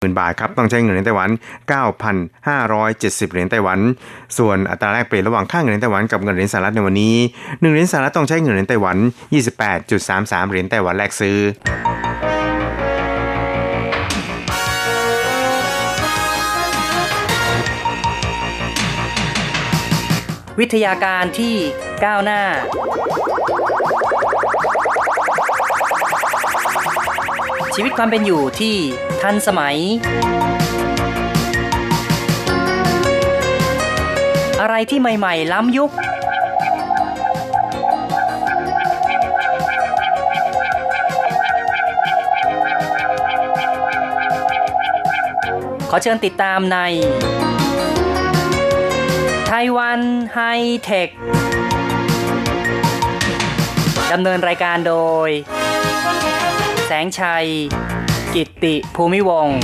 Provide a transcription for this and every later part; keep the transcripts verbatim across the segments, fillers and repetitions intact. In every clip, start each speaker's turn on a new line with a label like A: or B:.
A: หนึ่ง บาทครับต้องใช้เงินในไต้หวัน เก้าพันห้าร้อยเจ็ดสิบ เหรียญไต้หวันส่วนอัตราแลกเปลี่ยนระหว่างค่าเงินในไต้หวันกับเงินเหรียญสหรัฐในวันนี้หนึ่งเหรียญสหรัฐต้องใช้เงินในไต้หวัน ยี่สิบแปดจุดสามสาม เหรียญไต้หวันแลกซื้อ
B: วิทยาการที่ก้าวหน้าชีวิตความเป็นอยู่ที่ทันสมัยอะไรที่ใหม่ๆล้ำยุคขอเชิญติดตามในไต้หวันไฮเทคดำเนินรายการโดยแสงชัยกิตติภูมิวงศ์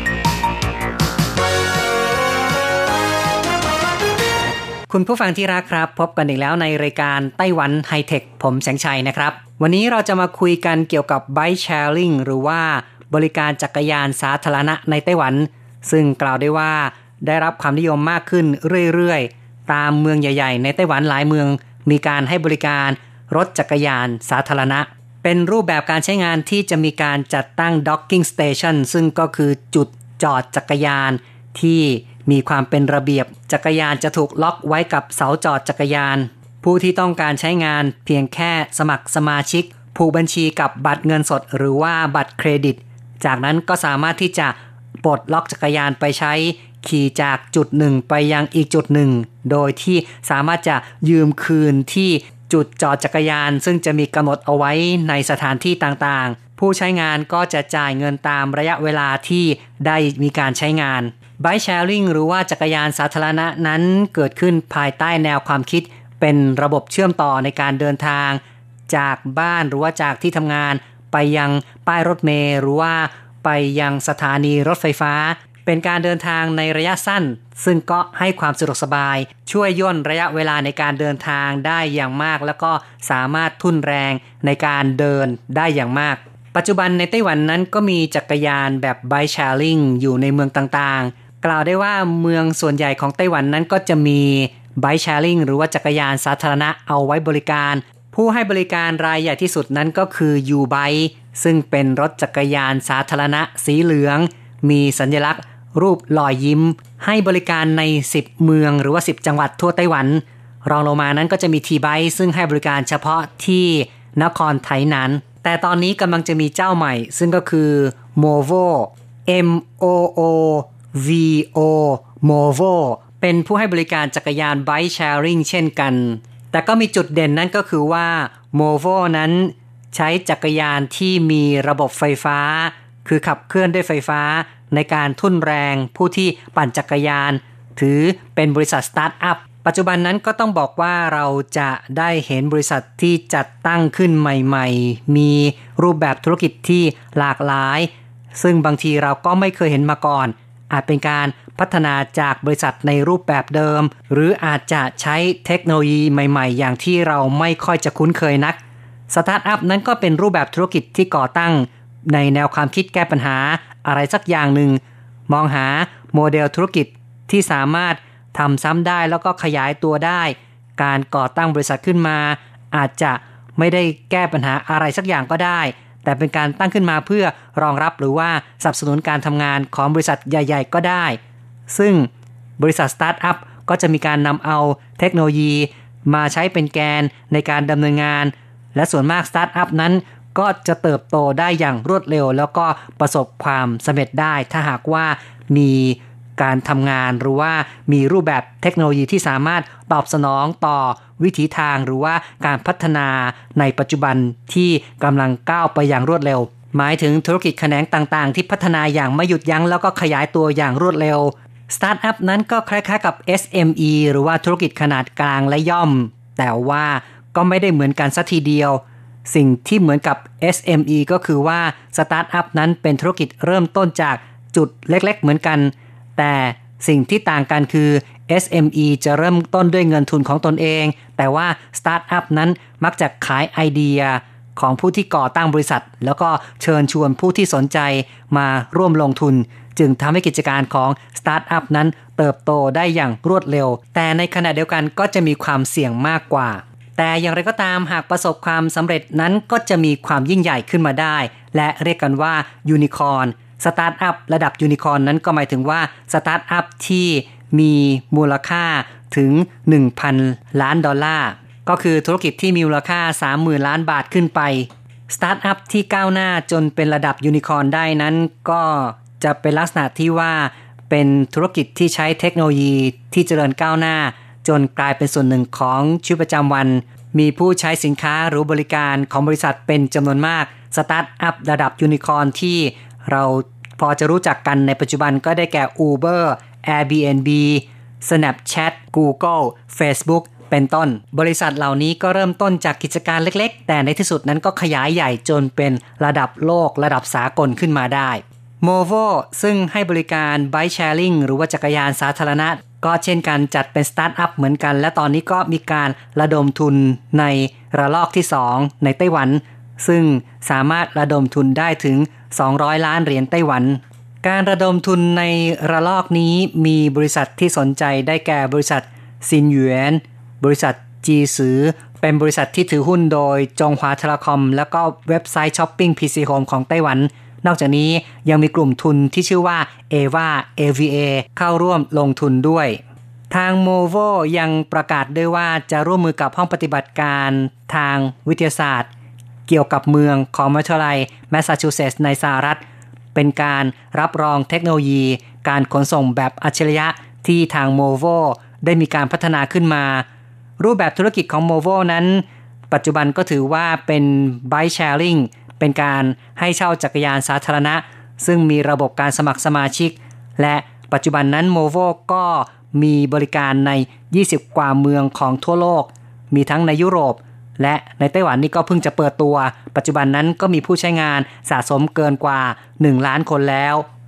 B: คุณผู้ฟังที่รักครับพบกันอีกแล้วในรายการไต้หวันไฮเทคผมแสงชัยนะครับวันนี้เราจะมาคุยกันเกี่ยวกับ Bike Sharing หรือว่าบริการจักรยานสาธารณะในไต้หวันซึ่งกล่าวได้ว่าได้รับความนิยมมากขึ้นเรื่อยๆตามเมืองใหญ่ๆในไต้หวันหลายเมืองมีการให้บริการรถจักรยานสาธารณะเป็นรูปแบบการใช้งานที่จะมีการจัดตั้ง Docking Station ซึ่งก็คือจุดจอดจักรยานที่มีความเป็นระเบียบจักรยานจะถูกล็อกไว้กับเสาจอดจักรยานผู้ที่ต้องการใช้งานเพียงแค่สมัครสมาชิกผูกบัญชีกับบัตรเงินสดหรือว่าบัตรเครดิตจากนั้นก็สามารถที่จะปลดล็อกจักรยานไปใช้ขี่จากจุดหนึ่งไปยังอีกจุดหนึ่งโดยที่สามารถจะยืมคืนที่จุดจอดจักรยานซึ่งจะมีกำหนดเอาไว้ในสถานที่ต่างๆผู้ใช้งานก็จะจ่ายเงินตามระยะเวลาที่ได้มีการใช้งาน Bike Sharing หรือว่าจักรยานสาธารณะนั้นเกิดขึ้นภายใต้แนวความคิดเป็นระบบเชื่อมต่อในการเดินทางจากบ้านหรือว่าจากที่ทำงานไปยังป้ายรถเมล์หรือว่าไปยังสถานีรถไฟฟ้าเป็นการเดินทางในระยะสั้นซึ่งก็ให้ความสะดวกสบายช่วยย่นระยะเวลาในการเดินทางได้อย่างมากแล้วก็สามารถทุ่นแรงในการเดินได้อย่างมากปัจจุบันในไต้หวันนั้นก็มีจักรยานแบบ Bike Sharing อยู่ในเมืองต่างๆกล่าวได้ว่าเมืองส่วนใหญ่ของไต้หวันนั้นก็จะมี Bike Sharing หรือว่าจักรยานสาธารณะเอาไว้บริการผู้ให้บริการรายใหญ่ที่สุดนั้นก็คือ U-Bike ซึ่งเป็นรถจักรยานสาธารณะสีเหลืองมีสัญลักษณ์รูปรอยยิ้มให้บริการในสิบเมืองหรือว่าสิบจังหวัดทั่วไต้หวันรองลงมานั้นก็จะมี T-Bike ซึ่งให้บริการเฉพาะที่นครไถหนานแต่ตอนนี้กำลังจะมีเจ้าใหม่ซึ่งก็คือ Movo M O O V O Movo เป็นผู้ให้บริการจักรยาน Bike Sharing เช่นกันแต่ก็มีจุดเด่นนั้นก็คือว่า Movo นั้นใช้จักรยานที่มีระบบไฟฟ้าคือขับเคลื่อนด้วยไฟฟ้าในการทุ่นแรงผู้ที่ปั่นจักรยานถือเป็นบริษัทสตาร์ทอัพปัจจุบันนั้นก็ต้องบอกว่าเราจะได้เห็นบริษัทที่จัดตั้งขึ้นใหม่ๆมีรูปแบบธุรกิจที่หลากหลายซึ่งบางทีเราก็ไม่เคยเห็นมาก่อนอาจเป็นการพัฒนาจากบริษัทในรูปแบบเดิมหรืออาจจะใช้เทคโนโลยีใหม่ๆอย่างที่เราไม่ค่อยจะคุ้นเคยนักสตาร์ทอัพนั้นก็เป็นรูปแบบธุรกิจที่ก่อตั้งในแนวความคิดแก้ปัญหาอะไรสักอย่างหนึ่งมองหาโมเดลธุรกิจที่สามารถทำซ้ำได้แล้วก็ขยายตัวได้การก่อตั้งบริษัทขึ้นมาอาจจะไม่ได้แก้ปัญหาอะไรสักอย่างก็ได้แต่เป็นการตั้งขึ้นมาเพื่อรองรับหรือว่าสนับสนุนการทำงานของบริษัทใหญ่ๆก็ได้ซึ่งบริษัทสตาร์ทอัพก็จะมีการนำเอาเทคโนโลยีมาใช้เป็นแกนในการดำเนินงานและส่วนมากสตาร์ทอัพนั้นก็จะเติบโตได้อย่างรวดเร็วแล้วก็ประสบความสำเร็จได้ถ้าหากว่ามีการทำงานหรือว่ามีรูปแบบเทคโนโลยีที่สามารถตอบสนองต่อวิถีทางหรือว่าการพัฒนาในปัจจุบันที่กำลังก้าวไปอย่างรวดเร็วหมายถึงธุรกิจแขนงต่างๆที่พัฒนาอย่างไม่หยุดยั้งแล้วก็ขยายตัวอย่างรวดเร็วสตาร์ทอัพนั้นก็คล้ายๆกับ เอส เอ็ม อี หรือว่าธุรกิจขนาดกลางและย่อมแต่ว่าก็ไม่ได้เหมือนกันซะทีเดียวสิ่งที่เหมือนกับ เอส เอ็ม อี ก็คือว่าสตาร์ทอัพนั้นเป็นธุรกิจเริ่มต้นจากจุดเล็กๆเหมือนกันแต่สิ่งที่ต่างกันคือ เอส เอ็ม อี จะเริ่มต้นด้วยเงินทุนของตนเองแต่ว่าสตาร์ทอัพนั้นมักจะขายไอเดียของผู้ที่ก่อตั้งบริษัทแล้วก็เชิญชวนผู้ที่สนใจมาร่วมลงทุนจึงทำให้กิจการของสตาร์ทอัพนั้นเติบโตได้อย่างรวดเร็วแต่ในขณะเดียวกันก็จะมีความเสี่ยงมากกว่าแต่อย่างไรก็ตามหากประสบความสำเร็จนั้นก็จะมีความยิ่งใหญ่ขึ้นมาได้และเรียกกันว่ายูนิคอร์นสตาร์ทอัพระดับยูนิคอร์นนั้นก็หมายถึงว่าสตาร์ทอัพที่มีมูลค่าถึง หนึ่งพัน ล้านดอลลาร์ก็คือธุรกิจที่มีมูลค่า สามหมื่น ล้านบาทขึ้นไปสตาร์ทอัพที่ก้าวหน้าจนเป็นระดับยูนิคอร์นได้นั้นก็จะเป็นลักษณะที่ว่าเป็นธุรกิจที่ใช้เทคโนโลยีที่เจริญก้าวหน้าจนกลายเป็นส่วนหนึ่งของชีวิตประจำวันมีผู้ใช้สินค้าหรือบริการของบริษัทเป็นจำนวนมากสตาร์ทอัพระดับยูนิคอร์นที่เราพอจะรู้จักกันในปัจจุบันก็ได้แก่ Uber Airbnb Snapchat Google Facebook เป็นต้นบริษัทเหล่านี้ก็เริ่มต้นจากกิจการเล็กๆแต่ในที่สุดนั้นก็ขยายใหญ่จนเป็นระดับโลกระดับสากลขึ้นมาได้ Movo ซึ่งให้บริการ Bike Sharing หรือว่าจักรยานสาธารณะก็เช่นกันจัดเป็นสตาร์ทอัพเหมือนกันและตอนนี้ก็มีการระดมทุนในระลอกที่สองในไต้หวันซึ่งสามารถระดมทุนได้ถึงสองร้อยล้านเหรียญไต้หวันการระดมทุนในระลอกนี้มีบริษัทที่สนใจได้แก่บริษัทซินหยวนบริษัทจีซือเป็นบริษัทที่ถือหุ้นโดยจงหวาเทเลคอมแล้วก็เว็บไซต์ช้อปปิ้ง พี ซี Home ของไต้หวันนอกจากนี้ยังมีกลุ่มทุนที่ชื่อว่า เอ วี เอ เอ วี เอ เข้าร่วมลงทุนด้วยทาง Movo ยังประกาศด้วยว่าจะร่วมมือกับห้องปฏิบัติการทางวิทยาศาสตร์เกี่ยวกับเมืองของมหาวิทยาลัยแมสซาชูเซตส์ในสหรัฐเป็นการรับรองเทคโนโลยีการขนส่งแบบอัจฉริยะที่ทาง Movo ได้มีการพัฒนาขึ้นมารูปแบบธุรกิจของ Movo นั้นปัจจุบันก็ถือว่าเป็น Bike Sharing เป็นการให้เช่าจักรยานสาธารณะซึ่งมีระบบการสมัครสมาชิกและปัจจุบันนั้น Movo ก็มีบริการในยี่สิบกว่าเมืองของทั่วโลกมีทั้งในยุโรปและในไต้หวันนี่ก็เพิ่งจะเปิดตัวปัจจุบันนั้นก็มีผู้ใช้งานสะสมเกินกว่าหนึ่งล้านคนแล้ว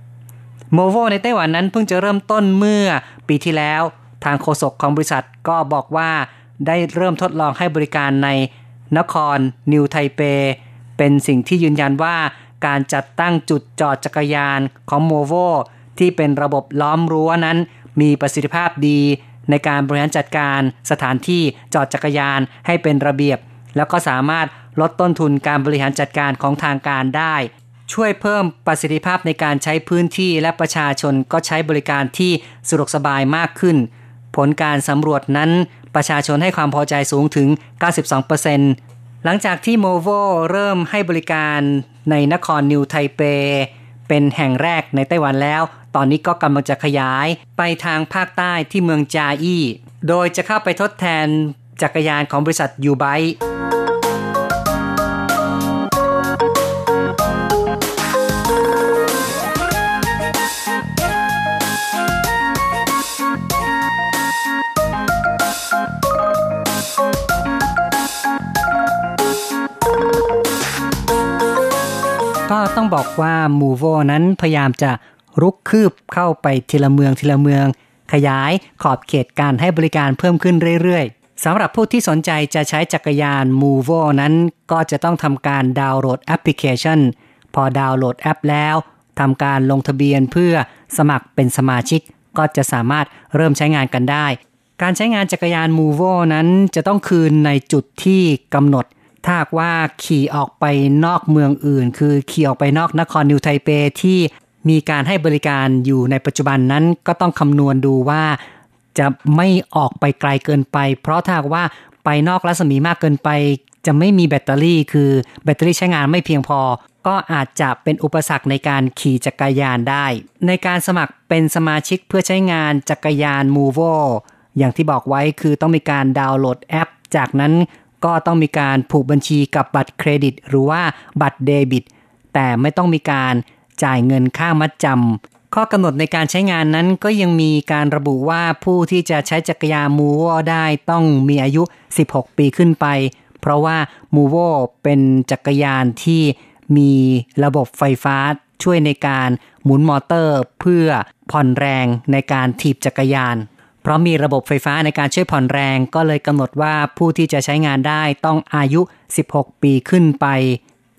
B: Movo ในไต้หวันนั้นเพิ่งจะเริ่มต้นเมื่อปีที่แล้วทางโฆษกของบริษัทก็บอกว่าได้เริ่มทดลองให้บริการในนครนิวไทเปเป็นสิ่งที่ยืนยันว่าการจัดตั้งจุดจอดจักรยานของ Movo ที่เป็นระบบล้อมรั้วนั้นมีประสิทธิภาพดีในการบริหารจัดการสถานที่จอดจักรยานให้เป็นระเบียบแล้วก็สามารถลดต้นทุนการบริหารจัดการของทางการได้ช่วยเพิ่มประสิทธิภาพในการใช้พื้นที่และประชาชนก็ใช้บริการที่สะดวกสบายมากขึ้นผลการสำรวจนั้นประชาชนให้ความพอใจสูงถึง เก้าสิบสองเปอร์เซ็นต์ หลังจากที่ Movo เริ่มให้บริการในนครนิวไทเปเป็นแห่งแรกในไต้หวันแล้วตอนนี้ก็กำลังจะขยายไปทางภาคใต้ที่เมืองจาอี้โดยจะเข้าไปทดแทนจักรยานของบริษัทยูไบค์ก็ต้องบอกว่า Movo นั้นพยายามจะรุกคืบเข้าไปทีละเมืองทีละเมืองขยายขอบเขตการให้บริการเพิ่มขึ้นเรื่อยๆสำหรับผู้ที่สนใจจะใช้จักรยาน Movo นั้นก็จะต้องทำการดาวน์โหลดแอปพลิเคชันพอดาวน์โหลดแอปแล้วทำการลงทะเบียนเพื่อสมัครเป็นสมาชิกก็จะสามารถเริ่มใช้งานกันได้การใช้งานจักรยาน Movo นั้นจะต้องคืนในจุดที่กำหนดถ้าว่าขี่ออกไปนอกเมืองอื่นคือขี่ออกไปนอกนครนิวไทเปที่มีการให้บริการอยู่ในปัจจุบันนั้นก็ต้องคำนวณดูว่าจะไม่ออกไปไกลเกินไปเพราะถ้าว่าไปนอกรัศมีมากเกินไปจะไม่มีแบตเตอรี่คือแบตเตอรี่ใช้งานไม่เพียงพอก็อาจจะเป็นอุปสรรคในการขี่จักรยานได้ในการสมัครเป็นสมาชิกเพื่อใช้งานจักรยาน Movo อย่างที่บอกไว้คือต้องมีการดาวน์โหลดแอปจากนั้นก็ต้องมีการผูกบัญชีกับบัตรเครดิตหรือว่าบัตรเดบิตแต่ไม่ต้องมีการจ่ายเงินค่ามัดจำข้อกำหนดในการใช้งานนั้นก็ยังมีการระบุว่าผู้ที่จะใช้จักรยาน Movo ได้ต้องมีอายุสิบหกปีขึ้นไปเพราะว่า Movo เป็นจักรยานที่มีระบบไฟฟ้าช่วยในการหมุนมอเตอร์เพื่อผ่อนแรงในการถีบจักรยานเพราะมีระบบไฟฟ้าในการช่วยผ่อนแรงก็เลยกำหนดว่าผู้ที่จะใช้งานได้ต้องอายุสิบหกปีขึ้นไป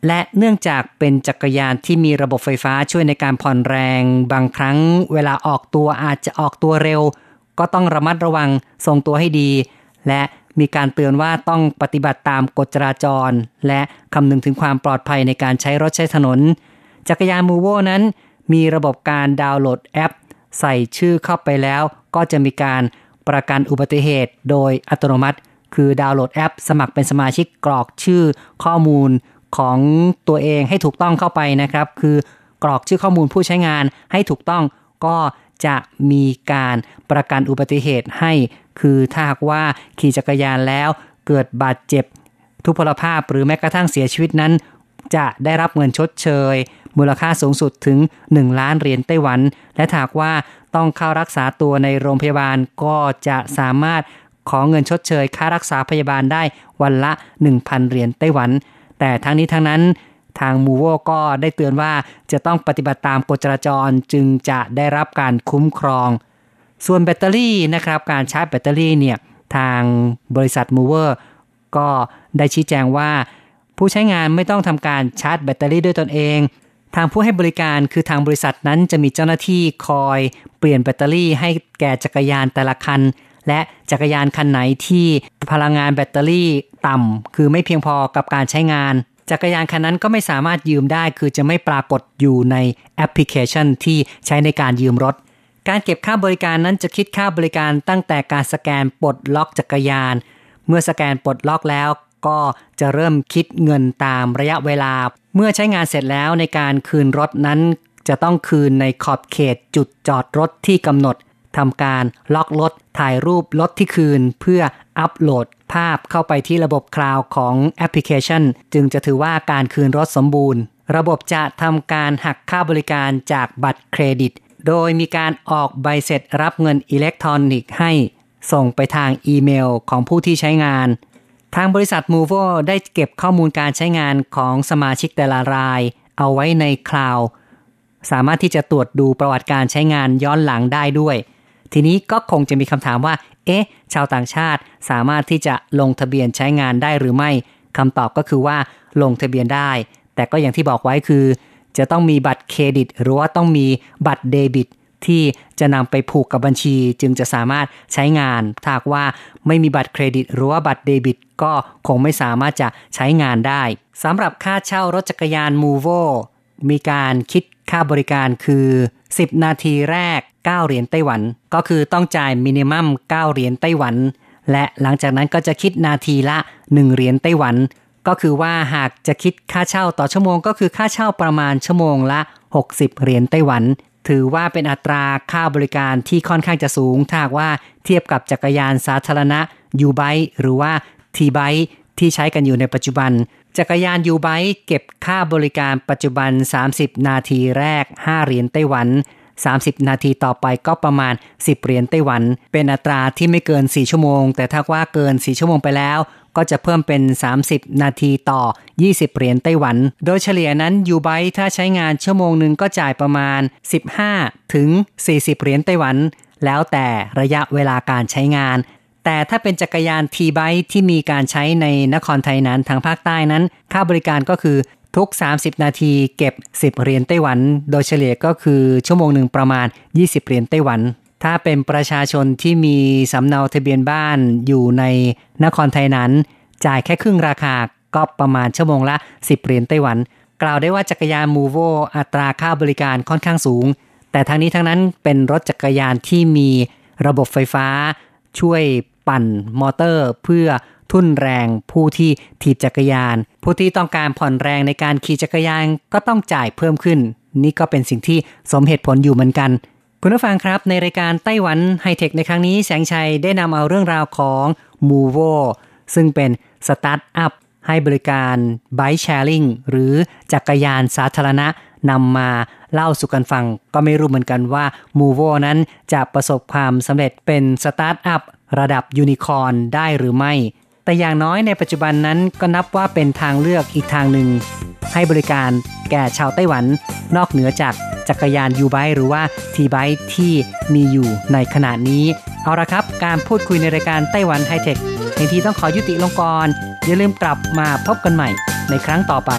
B: และเนื่องจากเป็นจักรยานที่มีระบบไฟฟ้าช่วยในการผ่อนแรงบางครั้งเวลาออกตัวอาจจะออกตัวเร็วก็ต้องระมัดระวังทรงตัวให้ดีและมีการเตือนว่าต้องปฏิบัติตามกฎจราจรและคำนึงถึงความปลอดภัยในการใช้รถใช้ถนนจักรยาน Movo นั้นมีระบบการดาวน์โหลดแอปใส่ชื่อเข้าไปแล้วก็จะมีการประกันอุบัติเหตุโดยอัตโนมัติคือดาวน์โหลดแอปสมัครเป็นสมาชิกกรอกชื่อข้อมูลของตัวเองให้ถูกต้องเข้าไปนะครับคือกรอกชื่อข้อมูลผู้ใช้งานให้ถูกต้องก็จะมีการประกันอุบัติเหตุให้คือถ้าหากว่าขี่จักรยานแล้วเกิดบาดเจ็บทุพพลภาพหรือแม้กระทั่งเสียชีวิตนั้นจะได้รับเงินชดเชยมูลค่าสูงสุดถึงหนึ่งล้านเหรียญไต้หวันและหากว่าต้องเข้ารักษาตัวในโรงพยาบาลก็จะสามารถขอเงินชดเชยค่ารักษาพยาบาลได้วันละ หนึ่งพัน เหรียญไต้หวันแต่ทั้งนี้ทั้งนั้นทาง Movo ก็ได้เตือนว่าจะต้องปฏิบัติตามกฎจราจรจึงจะได้รับการคุ้มครองส่วนแบตเตอรี่นะครับการชาร์จแบตเตอรี่เนี่ยทางบริษัท Movo ก็ได้ชี้แจงว่าผู้ใช้งานไม่ต้องทำการชาร์จแบตเตอรี่ด้วยตนเองทางผู้ให้บริการคือทางบริษัทนั้นจะมีเจ้าหน้าที่คอยเปลี่ยนแบตเตอรี่ให้แก่จักรยานแต่ละคันและจักรยานคันไหนที่พลังงานแบตเตอรี่ต่ำคือไม่เพียงพอกับการใช้งานจักรยานคันนั้นก็ไม่สามารถยืมได้คือจะไม่ปรากฏอยู่ในแอปพลิเคชันที่ใช้ในการยืมรถการเก็บค่าบริการนั้นจะคิดค่าบริการตั้งแต่การสแกนปลดล็อกจักรยานเมื่อสแกนปลดล็อกแล้วก็จะเริ่มคิดเงินตามระยะเวลาเมื่อใช้งานเสร็จแล้วในการคืนรถนั้นจะต้องคืนในขอบเขตจุดจอดรถที่กำหนดทำการล็อกรถถ่ายรูปรถที่คืนเพื่ออัปโหลดภาพเข้าไปที่ระบบคลาวด์ของแอปพลิเคชันจึงจะถือว่าการคืนรถสมบูรณ์ระบบจะทำการหักค่าบริการจากบัตรเครดิตโดยมีการออกใบเสร็จรับเงินอิเล็กทรอนิกส์ให้ส่งไปทางอีเมลของผู้ที่ใช้งานทางบริษัท Movo ได้เก็บข้อมูลการใช้งานของสมาชิกแต่ละรายเอาไว้ในคลาวด์สามารถที่จะตรวจดูประวัติการใช้งานย้อนหลังได้ด้วยทีนี้ก็คงจะมีคำถามว่าเอ๊ะชาวต่างชาติสามารถที่จะลงทะเบียนใช้งานได้หรือไม่คำตอบก็คือว่าลงทะเบียนได้แต่ก็อย่างที่บอกไว้คือจะต้องมีบัตรเครดิตหรือว่าต้องมีบัตรเดบิตที่จะนำไปผูกกับบัญชีจึงจะสามารถใช้งานถ้าหากว่าไม่มีบัตรเครดิตหรือว่าบัตรเดบิตก็คงไม่สามารถจะใช้งานได้สำหรับค่าเช่ารถจักรยาน Movo มีการคิดค่าบริการคือสิบนาทีแรกเก้าเหรียญไต้หวันก็คือต้องจ่ายมินิมัมเก้าเหรียญไต้หวันและหลังจากนั้นก็จะคิดนาทีละหนึ่งเหรียญไต้หวันก็คือว่าหากจะคิดค่าเช่าต่อชั่วโมงก็คือค่าเช่าประมาณชั่วโมงละหกสิบเหรียญไต้หวันถือว่าเป็นอัตราค่าบริการที่ค่อนข้างจะสูงถ้าหากว่าเทียบกับจักรยานสาธารณะ U-Bike หรือว่า T-Bike ที่ใช้กันอยู่ในปัจจุบันจักรยาน U-Bike เก็บค่าบริการปัจจุบันสามสิบนาทีแรกห้าเหรียญไต้หวันสามสิบนาทีต่อไปก็ประมาณสิบเหรียญไต้หวันเป็นอัตราที่ไม่เกินสี่ชั่วโมงแต่ถ้าว่าเกินสี่ชั่วโมงไปแล้วก็จะเพิ่มเป็นสามสิบนาทีต่อยี่สิบเหรียญไต้หวันโดยเฉลี่ยนั้น U-Bike ถ้าใช้งานชั่วโมงนึงก็จ่ายประมาณสิบห้าถึงสี่สิบเหรียญไต้หวันแล้วแต่ระยะเวลาการใช้งานแต่ถ้าเป็นจักรยาน T-Bike ที่มีการใช้ในนครไทยนั้นทางภาคใต้นั้นค่าบริการก็คือทุกสามสิบนาทีเก็บสิบเหรียญไต้หวันโดยเฉลี่ยก็คือชั่วโมงหนึ่งประมาณยี่สิบเหรียญไต้หวันถ้าเป็นประชาชนที่มีสำเนาทะเบียนบ้านอยู่ในนครไทยนั้นจ่ายแค่ครึ่งราคาก็ประมาณชั่วโมงละสิบเหรียญไต้หวันกล่าวได้ว่าจักรยาน Movo อัตราค่าบริการค่อนข้างสูงแต่ทั้งนี้ทั้งนั้นเป็นรถจักรยานที่มีระบบไฟฟ้าช่วยปั่นมอเตอร์เพื่อทุ่นแรงผู้ที่ถีบจักรยานผู้ที่ต้องการผ่อนแรงในการขี่จักรยานก็ต้องจ่ายเพิ่มขึ้นนี่ก็เป็นสิ่งที่สมเหตุผลอยู่เหมือนกันคุณผู้ฟังครับในรายการไต้หวันไฮเทคในครั้งนี้แสงชัยได้นำเอาเรื่องราวของ Movo ซึ่งเป็นสตาร์ทอัพให้บริการ Bike Sharing หรือจักรยานสาธารณะนำมาเล่าสู่กันฟังก็ไม่รู้เหมือนกันว่า Movo นั้นจะประสบความสำเร็จเป็นสตาร์ทอัพระดับยูนิคอร์นได้หรือไม่แต่อย่างน้อยในปัจจุบันนั้นก็นับว่าเป็นทางเลือกอีกทางหนึ่งให้บริการแก่ชาวไต้หวันนอกเหนือจากจักรยาน U-Bike หรือว่า T-Bike ที่มีอยู่ในขณะนี้เอาละครับการพูดคุยในรายการไต้หวันไฮเทคในทีต้องขอยุติลงก่อนอย่าลืมกลับมาพบกันใหม่ในครั้งต่อไป